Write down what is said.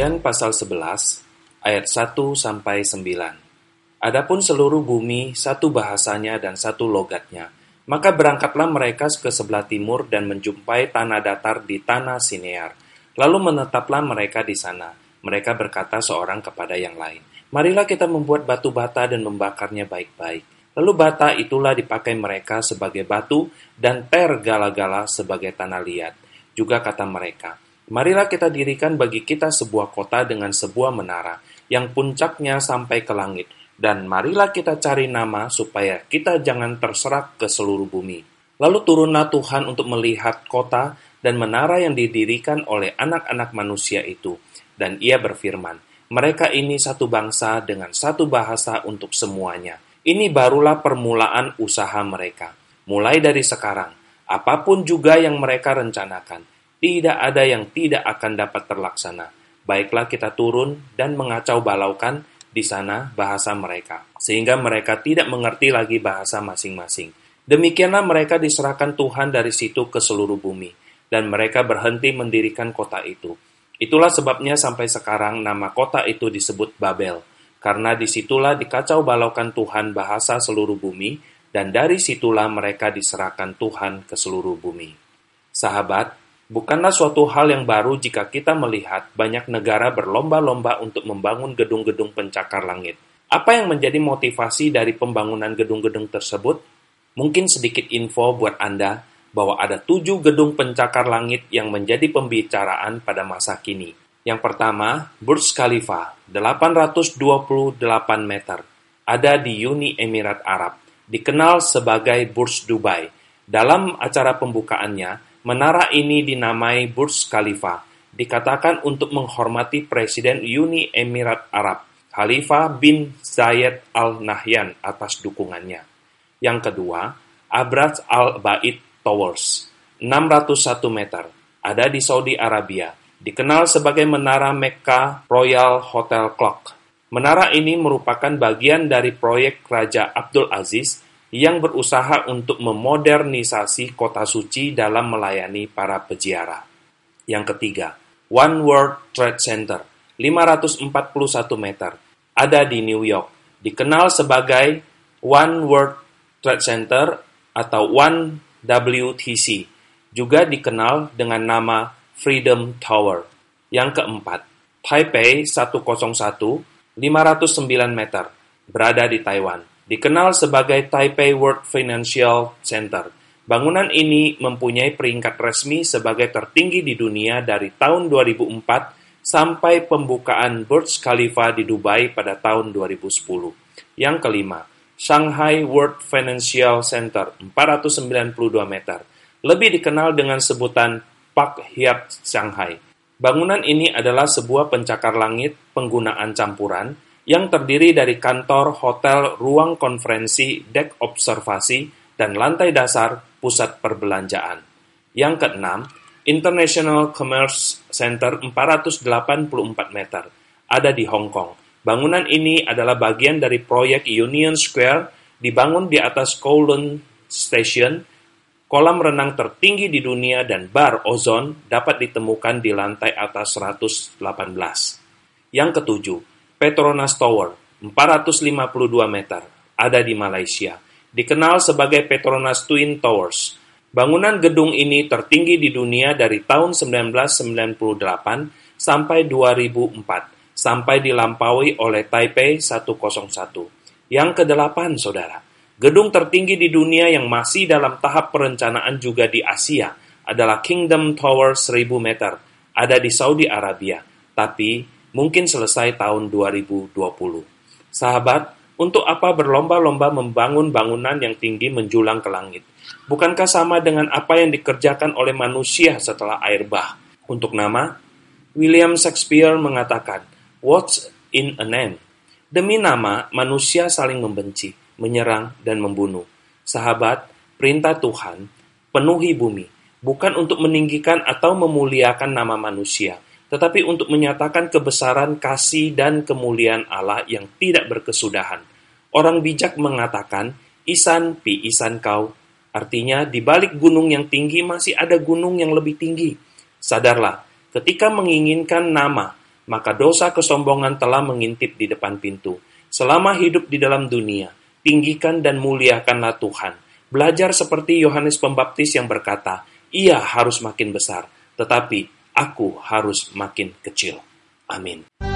Kesaksian pasal 11 ayat 1-9. Adapun seluruh bumi satu bahasanya dan satu logatnya, maka berangkatlah mereka ke sebelah timur dan menjumpai tanah datar di tanah Sinear. Lalu menetaplah mereka di sana. Mereka berkata seorang kepada yang lain, "Marilah kita membuat batu bata dan membakarnya baik-baik." Lalu bata itulah dipakai mereka sebagai batu dan tergala-gala sebagai tanah liat. Juga kata mereka, "Marilah kita dirikan bagi kita sebuah kota dengan sebuah menara, yang puncaknya sampai ke langit. Dan marilah kita cari nama supaya kita jangan terserak ke seluruh bumi." Lalu turunlah Tuhan untuk melihat kota dan menara yang didirikan oleh anak-anak manusia itu. Dan ia berfirman, "Mereka ini satu bangsa dengan satu bahasa untuk semuanya. Ini barulah permulaan usaha mereka. Mulai dari sekarang, apapun juga yang mereka rencanakan, tidak ada yang tidak akan dapat terlaksana. Baiklah kita turun dan mengacau balaukan di sana bahasa mereka, sehingga mereka tidak mengerti lagi bahasa masing-masing. Demikianlah mereka diserahkan Tuhan dari situ ke seluruh bumi, dan mereka berhenti mendirikan kota itu. Itulah sebabnya sampai sekarang nama kota itu disebut Babel, karena disitulah dikacau balaukan Tuhan bahasa seluruh bumi, dan dari situlah mereka diserahkan Tuhan ke seluruh bumi. Sahabat, bukanlah suatu hal yang baru jika kita melihat banyak negara berlomba-lomba untuk membangun gedung-gedung pencakar langit. Apa yang menjadi motivasi dari pembangunan gedung-gedung tersebut? Mungkin sedikit info buat Anda bahwa ada 7 gedung pencakar langit yang menjadi pembicaraan pada masa kini. Yang pertama, Burj Khalifa, 828 meter, ada di Uni Emirat Arab, dikenal sebagai Burj Dubai. Dalam acara pembukaannya, menara ini dinamai Burj Khalifa, dikatakan untuk menghormati Presiden Uni Emirat Arab, Khalifah bin Zayed Al Nahyan atas dukungannya. Yang kedua, Abraj Al Bait Towers, 601 meter, ada di Saudi Arabia, dikenal sebagai Menara Mecca Royal Hotel Clock. Menara ini merupakan bagian dari proyek Raja Abdul Aziz yang berusaha untuk memodernisasi kota suci dalam melayani para peziarah. Yang ketiga, One World Trade Center, 541 meter, ada di New York, dikenal sebagai One World Trade Center atau One WTC, juga dikenal dengan nama Freedom Tower. Yang keempat, Taipei 101, 509 meter, berada di Taiwan, dikenal sebagai Taipei World Financial Center. Bangunan ini mempunyai peringkat resmi sebagai tertinggi di dunia dari tahun 2004 sampai pembukaan Burj Khalifa di Dubai pada tahun 2010. Yang kelima, Shanghai World Financial Center, 492 meter, lebih dikenal dengan sebutan Park Hyatt Shanghai. Bangunan ini adalah sebuah pencakar langit penggunaan campuran yang terdiri dari kantor, hotel, ruang konferensi, dek observasi, dan lantai dasar pusat perbelanjaan. Yang keenam, International Commerce Center 484 meter, ada di Hong Kong. Bangunan ini adalah bagian dari proyek Union Square, dibangun di atas Kowloon Station. Kolam renang tertinggi di dunia dan bar ozon dapat ditemukan di lantai atas 118. Yang ketujuh, Petronas Tower, 452 meter, ada di Malaysia. Dikenal sebagai Petronas Twin Towers. Bangunan gedung ini tertinggi di dunia dari tahun 1998 sampai 2004, sampai dilampaui oleh Taipei 101. Yang kedelapan, saudara, gedung tertinggi di dunia yang masih dalam tahap perencanaan juga di Asia adalah Kingdom Tower 1000 meter, ada di Saudi Arabia, tapi mungkin selesai tahun 2020. Sahabat, untuk apa berlomba-lomba membangun bangunan yang tinggi menjulang ke langit? Bukankah sama dengan apa yang dikerjakan oleh manusia setelah air bah? Untuk nama, William Shakespeare mengatakan, "What's in a name?" Demi nama, manusia saling membenci, menyerang, dan membunuh. Sahabat, perintah Tuhan, penuhi bumi, bukan untuk meninggikan atau memuliakan nama manusia, tetapi untuk menyatakan kebesaran kasih dan kemuliaan Allah yang tidak berkesudahan. Orang bijak mengatakan, "Isan pi isan kau," artinya di balik gunung yang tinggi masih ada gunung yang lebih tinggi. Sadarlah, ketika menginginkan nama, maka dosa kesombongan telah mengintip di depan pintu. Selama hidup di dalam dunia, tinggikan dan muliakanlah Tuhan. Belajar seperti Yohanes Pembaptis yang berkata, "Ia harus makin besar, tetapi aku harus makin kecil." Amin.